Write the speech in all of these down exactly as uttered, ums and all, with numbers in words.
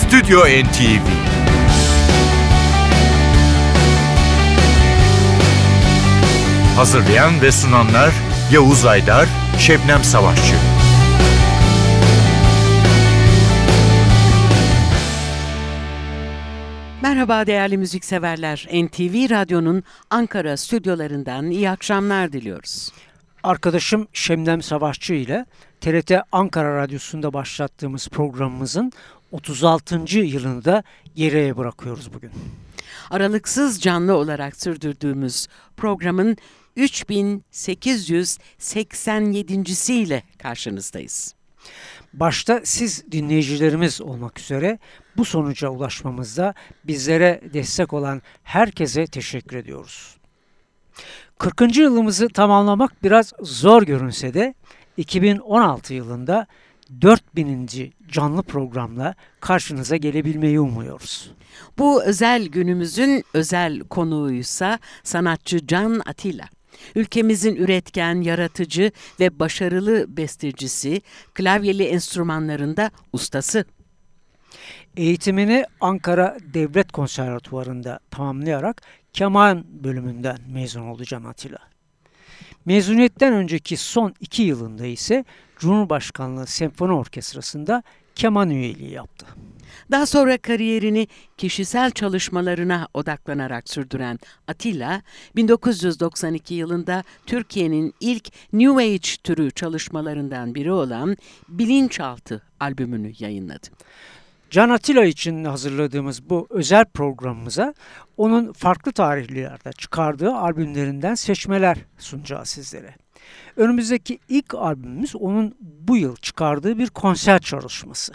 Stüdyo N T V. Hazırlayan ve sunanlar Yavuz Aydar, Şebnem Savaşçı. Merhaba değerli müzikseverler. N T V Radyo'nun Ankara stüdyolarından iyi akşamlar diliyoruz. Arkadaşım Şebnem Savaşçı ile T R T Ankara Radyosu'nda başlattığımız programımızın otuz altıncı yılını da geriye bırakıyoruz bugün. Aralıksız canlı olarak sürdürdüğümüz programın üç bin sekiz yüz seksen yedincisiyle karşınızdayız. Başta siz dinleyicilerimiz olmak üzere bu sonuca ulaşmamızda bizlere destek olan herkese teşekkür ediyoruz. kırkıncı yılımızı tamamlamak biraz zor görünse de iki bin on altı yılında dört bininci canlı programla karşınıza gelebilmeyi umuyoruz. Bu özel günümüzün özel konuğuysa sanatçı Can Atilla. Ülkemizin üretken, yaratıcı ve başarılı bestecisi, klavyeli enstrümanlarında ustası. Eğitimini Ankara Devlet Konservatuvarı'nda tamamlayarak keman bölümünden mezun oldu Can Atilla. Mezuniyetten önceki son iki yılında ise Cumhurbaşkanlığı Senfoni Orkestrası'nda keman üyeliği yaptı. Daha sonra kariyerini kişisel çalışmalarına odaklanarak sürdüren Atilla, bin dokuz yüz doksan iki yılında Türkiye'nin ilk New Age türü çalışmalarından biri olan Bilinçaltı albümünü yayınladı. Can Atilla için hazırladığımız bu özel programımıza onun farklı tarihlerde çıkardığı albümlerinden seçmeler sunacağız sizlere. Önümüzdeki ilk albümümüz onun bu yıl çıkardığı bir konser çalışması.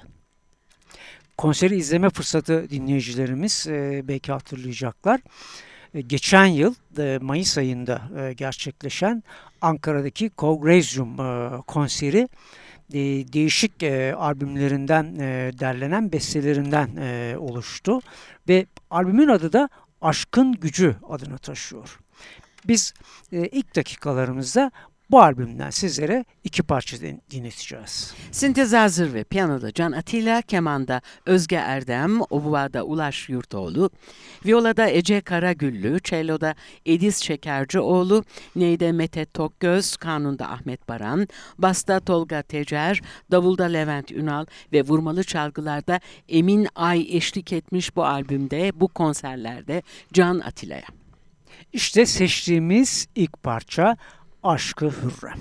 Konseri izleme fırsatı dinleyicilerimiz e, belki hatırlayacaklar. E, geçen yıl e, Mayıs ayında e, gerçekleşen Ankara'daki Kongrezyum e, konseri e, değişik e, albümlerinden e, derlenen bestelerinden e, oluştu. Ve albümün adı da Aşkın Gücü adını taşıyor. Biz e, ilk dakikalarımızda bu albümden sizlere iki parça dinleteceğiz. Sintezazır ve piyanoda Can Atilla, kemanda Özge Erdem, obuvada Ulaş Yurtoğlu, violada Ece Karagüllü, celloda Ediz Şekercioğlu, neyde Mete Tokgöz, kanunda Ahmet Baran, basta Tolga Tecer, davulda Levent Ünal ve vurmalı çalgılarda Emin Ay eşlik etmiş bu albümde, bu konserlerde Can Atilla'ya. İşte seçtiğimiz ilk parça Aşkı Hürrem.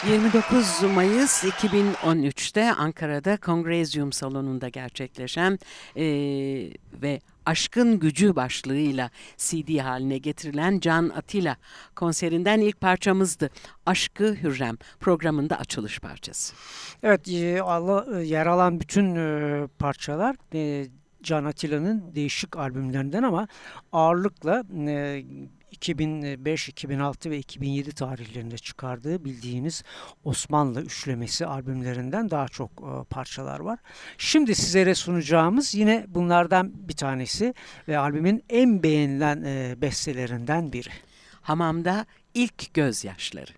yirmi dokuz Mayıs iki bin on üç'te Ankara'da Kongrezyum Salonu'nda gerçekleşen e, ve Aşkın Gücü başlığıyla C D haline getirilen Can Atilla konserinden ilk parçamızdı. Aşkı Hürrem programında açılış parçası. Evet, e, ala- yer alan bütün e, parçalar e, Can Atilla'nın değişik albümlerinden ama ağırlıkla e, iki bin beş, iki bin altı ve iki bin yedi tarihlerinde çıkardığı bildiğiniz Osmanlı üçlemesi albümlerinden daha çok e, parçalar var. Şimdi sizlere sunacağımız yine bunlardan bir tanesi ve albümün en beğenilen e, bestelerinden biri. Hamamda ilk gözyaşları.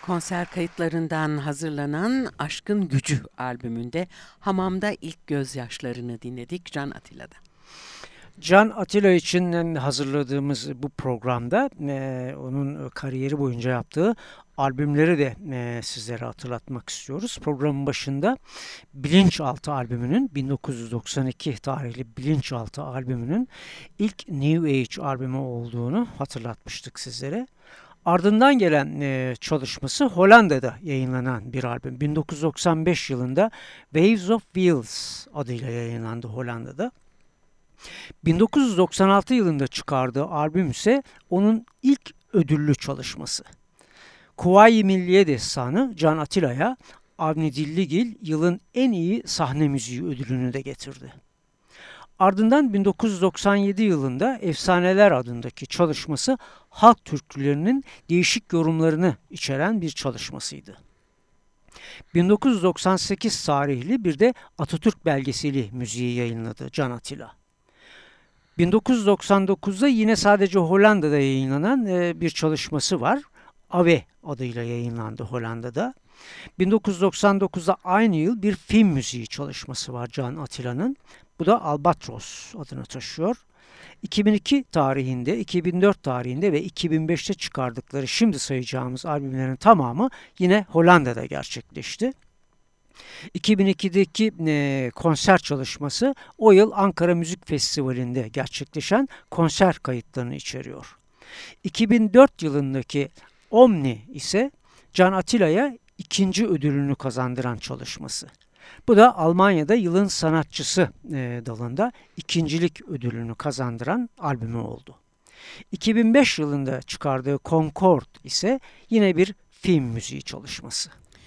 Konser kayıtlarından hazırlanan Aşkın Gücü albümünde Hamamda ilk gözyaşlarını dinledik Can Atilla'da. Can Attila için hazırladığımız bu programda e, onun kariyeri boyunca yaptığı albümleri de e, sizlere hatırlatmak istiyoruz. Programın başında Bilinçaltı albümünün bin dokuz yüz doksan iki tarihli Bilinçaltı albümünün ilk New Age albümü olduğunu hatırlatmıştık sizlere. Ardından gelen e, çalışması Hollanda'da yayınlanan bir albüm. bin dokuz yüz doksan beş yılında Waves of Wheels adıyla yayınlandı Hollanda'da. bin dokuz yüz doksan altı yılında çıkardığı albüm ise onun ilk ödüllü çalışması. Kuvayi Milliye Destanı Can Atilla'ya Avni Dilligil yılın en iyi sahne müziği ödülünü de getirdi. Ardından bin dokuz yüz doksan yedi yılında Efsaneler adındaki çalışması halk türkülerinin değişik yorumlarını içeren bir çalışmasıydı. bin dokuz yüz doksan sekiz tarihli bir de Atatürk belgeseli müziği yayınladı Can Attila. bin dokuz yüz doksan dokuzda yine sadece Hollanda'da yayınlanan bir çalışması var. Ave adıyla yayınlandı Hollanda'da. bin dokuz yüz doksan dokuzda aynı yıl bir film müziği çalışması var Can Atilla'nın. Bu da Albatros adını taşıyor. iki bin iki tarihinde, iki bin dört tarihinde ve iki bin beşte çıkardıkları şimdi sayacağımız albümlerin tamamı yine Hollanda'da gerçekleşti. iki bin ikideki e, konser çalışması o yıl Ankara Müzik Festivali'nde gerçekleşen konser kayıtlarını içeriyor. iki bin dört yılındaki Omni ise Can Attilla'ya ikinci ödülünü kazandıran çalışması. Bu da Almanya'da yılın sanatçısı e, dalında ikincilik ödülünü kazandıran albümü oldu. iki bin beş yılında çıkardığı Concord ise yine bir film müziği çalışması.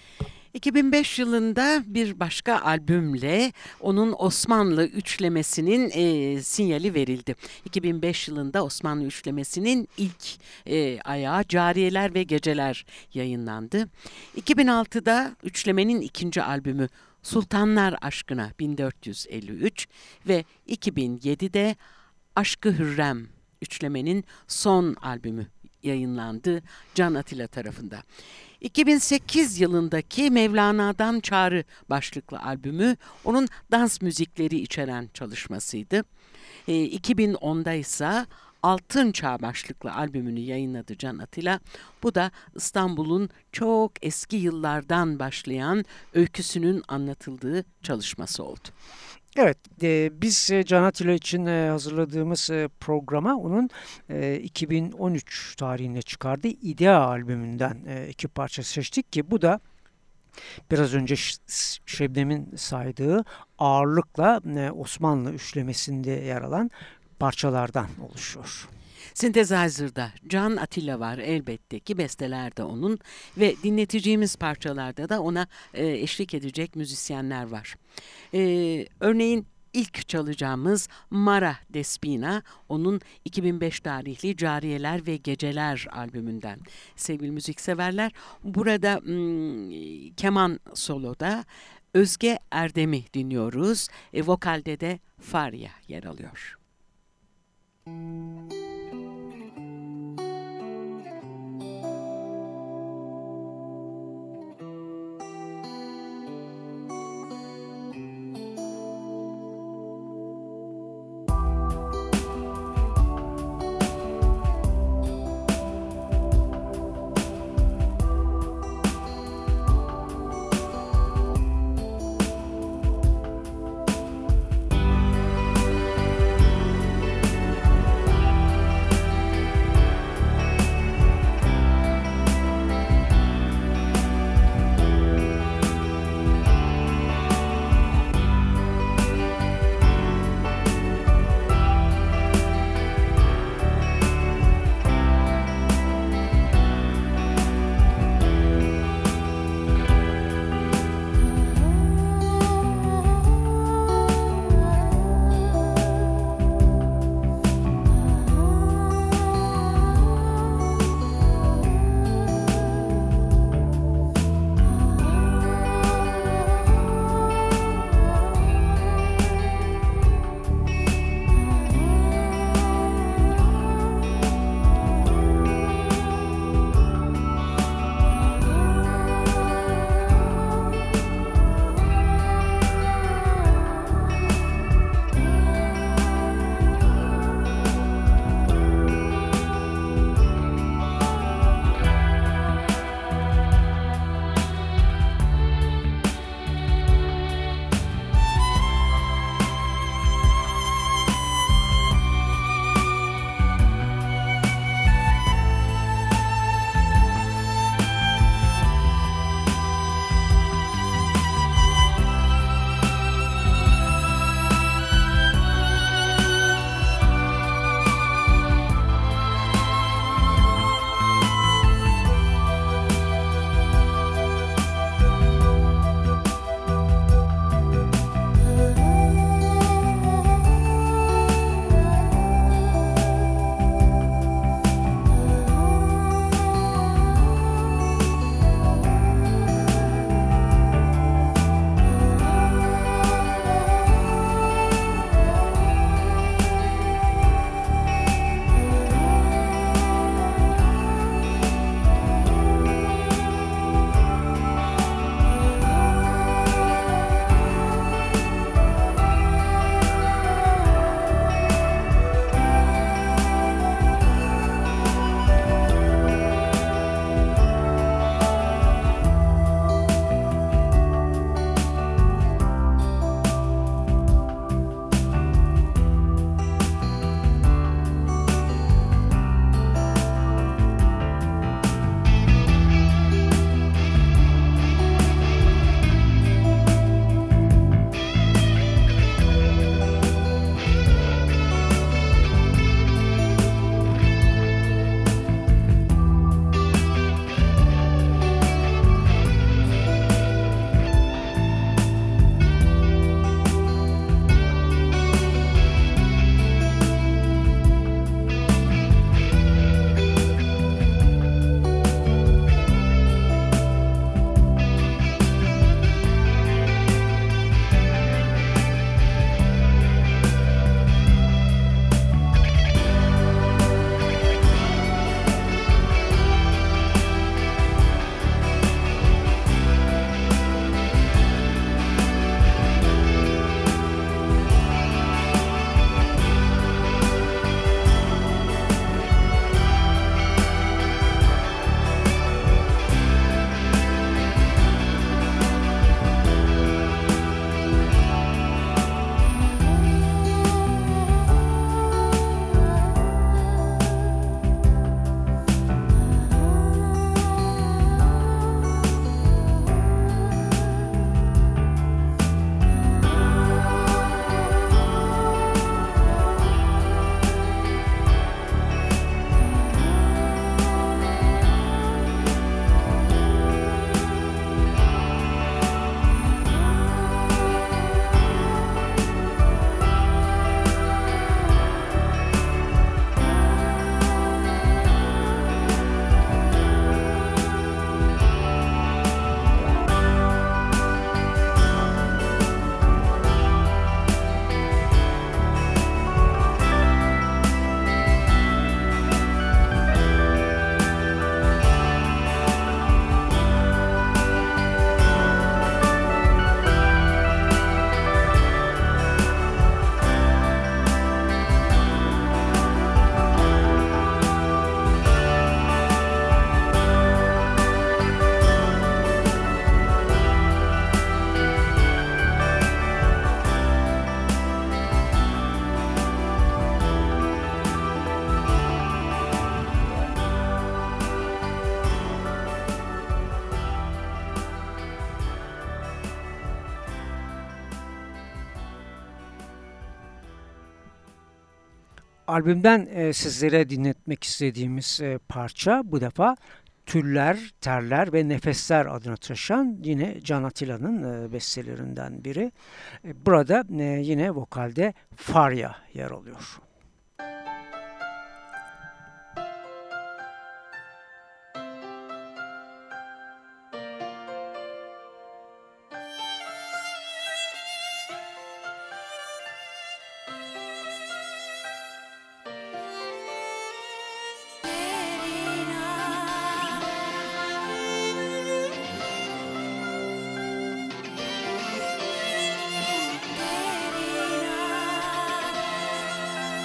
iki bin beş yılında bir başka albümle onun Osmanlı üçlemesinin e, sinyali verildi. iki bin beş yılında Osmanlı üçlemesinin ilk e, ayağı Cariyeler ve Geceler yayınlandı. iki bin altıda üçlemenin ikinci albümü Sultanlar Aşkına bin dört yüz elli üç ve iki bin yedide Aşkı Hürrem üçlemenin son albümü yayınlandı Can Attila tarafında. iki bin sekiz yılındaki Mevlana'dan Çağrı başlıklı albümü onun dans müzikleri içeren çalışmasıydı. E, iki bin onda ise Altın Çağ başlıklı albümünü yayınladı Can Attila. Bu da İstanbul'un çok eski yıllardan başlayan öyküsünün anlatıldığı çalışması oldu. Evet, e, biz e, Can Attila için e, hazırladığımız e, programa onun e, iki bin on üç tarihinde çıkardığı İdea albümünden e, iki parça seçtik ki bu da biraz önce Şebnem'in saydığı ağırlıkla e, Osmanlı üçlemesinde yer alan parçalardan oluşuyor. Synthesizer'da Can Attila var elbette ki, besteler de onun ve dinleteceğimiz parçalarda da ona e, eşlik edecek müzisyenler var. E, örneğin ilk çalacağımız Mara Despina onun iki bin beş tarihli Cariyeler ve Geceler albümünden. Sevgili müzikseverler, burada hmm, keman soloda Özge Erdem'i dinliyoruz. E, vokalde de Farya yer alıyor. albümden e, sizlere dinletmek istediğimiz e, parça bu defa Tüller, Terler ve Nefesler adını taşıyan yine Can Atilla'nın e, bestelerinden biri. E, burada e, yine vokalde Farya yer alıyor. Terina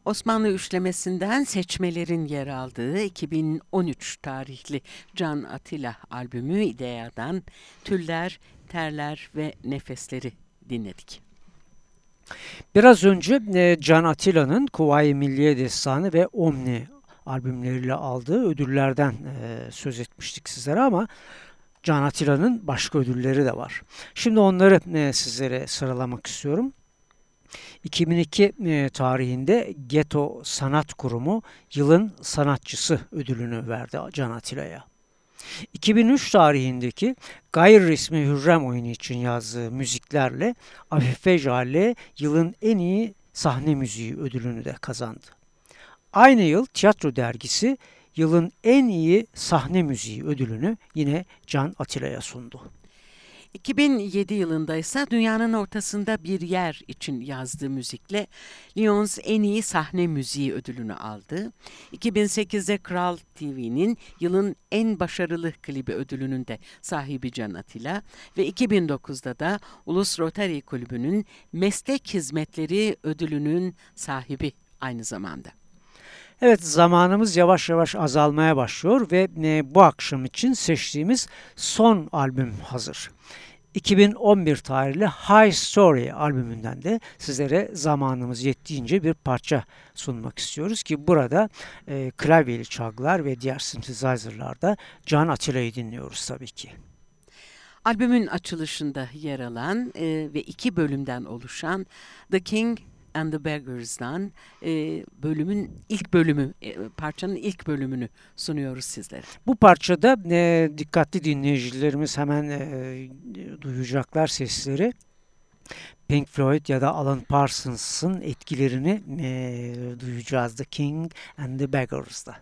Osmanlı üçlemesinden seçmelerin yer aldığı iki bin on üç tarihli Can Atilla albümü İdea'dan Tüller, Terler ve Nefesleri dinledik. Biraz önce e, Can Atilla'nın Kuvayi Milliye Destanı ve Omni albümleriyle aldığı ödüllerden e, söz etmiştik sizlere ama Can Atilla'nın başka ödülleri de var. Şimdi onları e, sizlere sıralamak istiyorum. iki bin iki e, tarihinde Geto Sanat Kurumu Yılın Sanatçısı ödülünü verdi Can Atilla'ya. iki bin üç tarihindeki gayri resmi Hürrem oyunu için yazdığı müziklerle Afife Jale Yılın En İyi Sahne Müziği ödülünü de kazandı. Aynı yıl Tiyatro Dergisi Yılın En İyi Sahne Müziği ödülünü yine Can Atilla'ya sundu. iki bin yedi yılında ise Dünyanın Ortasında Bir Yer için yazdığı müzikle Lyons En İyi Sahne Müziği ödülünü aldı. iki bin sekizde Kral T V'nin Yılın En Başarılı Klibi ödülünün de sahibi Can Atilla ve iki bin dokuzda da Ulus Rotary Kulübü'nün Meslek Hizmetleri ödülünün sahibi aynı zamanda. Evet, zamanımız yavaş yavaş azalmaya başlıyor ve e, bu akşam için seçtiğimiz son albüm hazır. iki bin on bir tarihli High Story albümünden de sizlere zamanımız yettiğince bir parça sunmak istiyoruz ki burada e, klavyeli çalgılar ve diğer synthesizer'larda Can Atilla'yı dinliyoruz tabii ki. Albümün açılışında yer alan e, ve iki bölümden oluşan The King and the Beggars'dan e, bölümün ilk bölümü, e, parçanın ilk bölümünü sunuyoruz sizlere. Bu parçada e, dikkatli dinleyicilerimiz hemen e, duyacaklar sesleri. Pink Floyd ya da Alan Parsons'ın etkilerini e, duyacağız The King and the Beggars'da.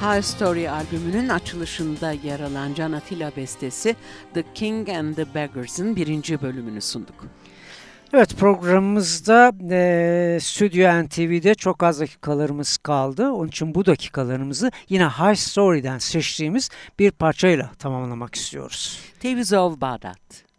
High Story albümünün açılışında yer alan Can Atilla bestesi The King and the Beggars'ın birinci bölümünü sunduk. Evet, programımızda e, Stüdyo N T V'de çok az dakikalarımız kaldı. Onun için bu dakikalarımızı yine High Story'den seçtiğimiz bir parçayla tamamlamak istiyoruz. Teviz of Bağdat.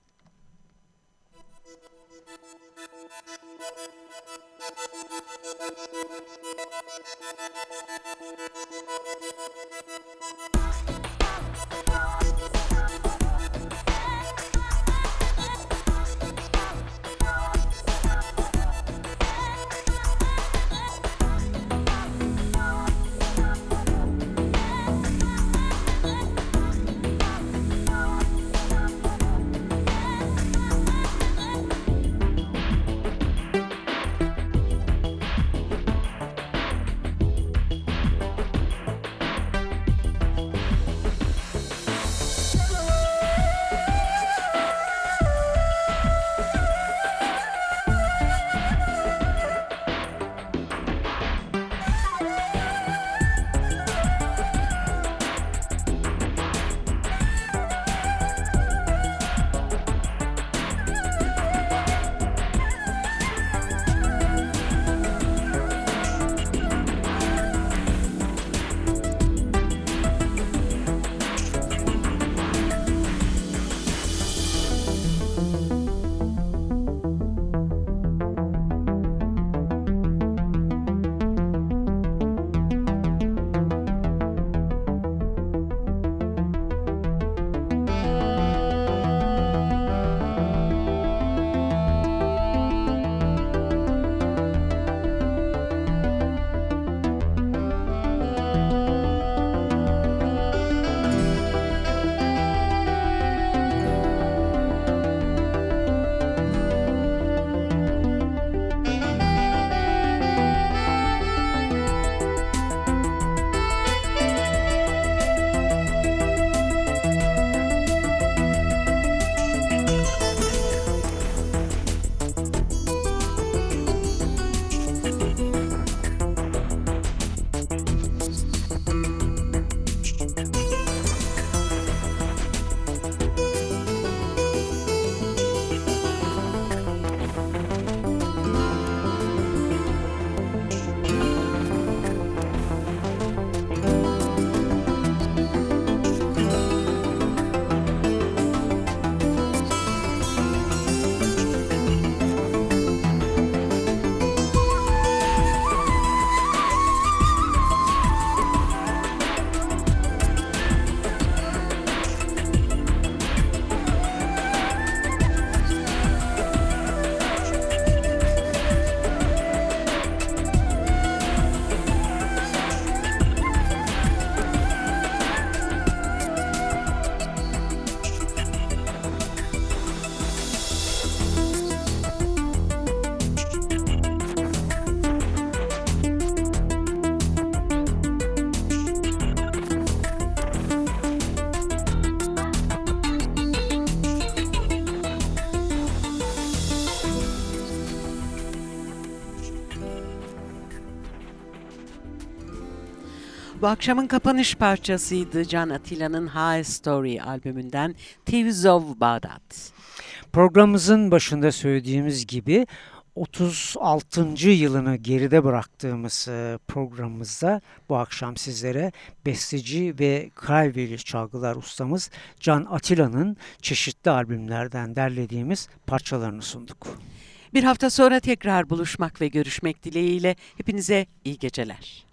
Bu akşamın kapanış parçasıydı Can Atilla'nın High Story albümünden Teviz of Bağdat. Programımızın başında söylediğimiz gibi otuz altıncı yılını geride bıraktığımız programımızda bu akşam sizlere besteci ve klavyeli çalgılar ustamız Can Atilla'nın çeşitli albümlerden derlediğimiz parçalarını sunduk. Bir hafta sonra tekrar buluşmak ve görüşmek dileğiyle hepinize iyi geceler.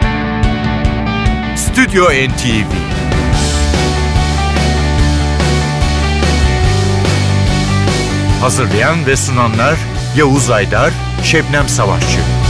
Stüdyo N T V Hazırlayan ve sunanlar Yavuz Aydar, Şebnem Savaşçı.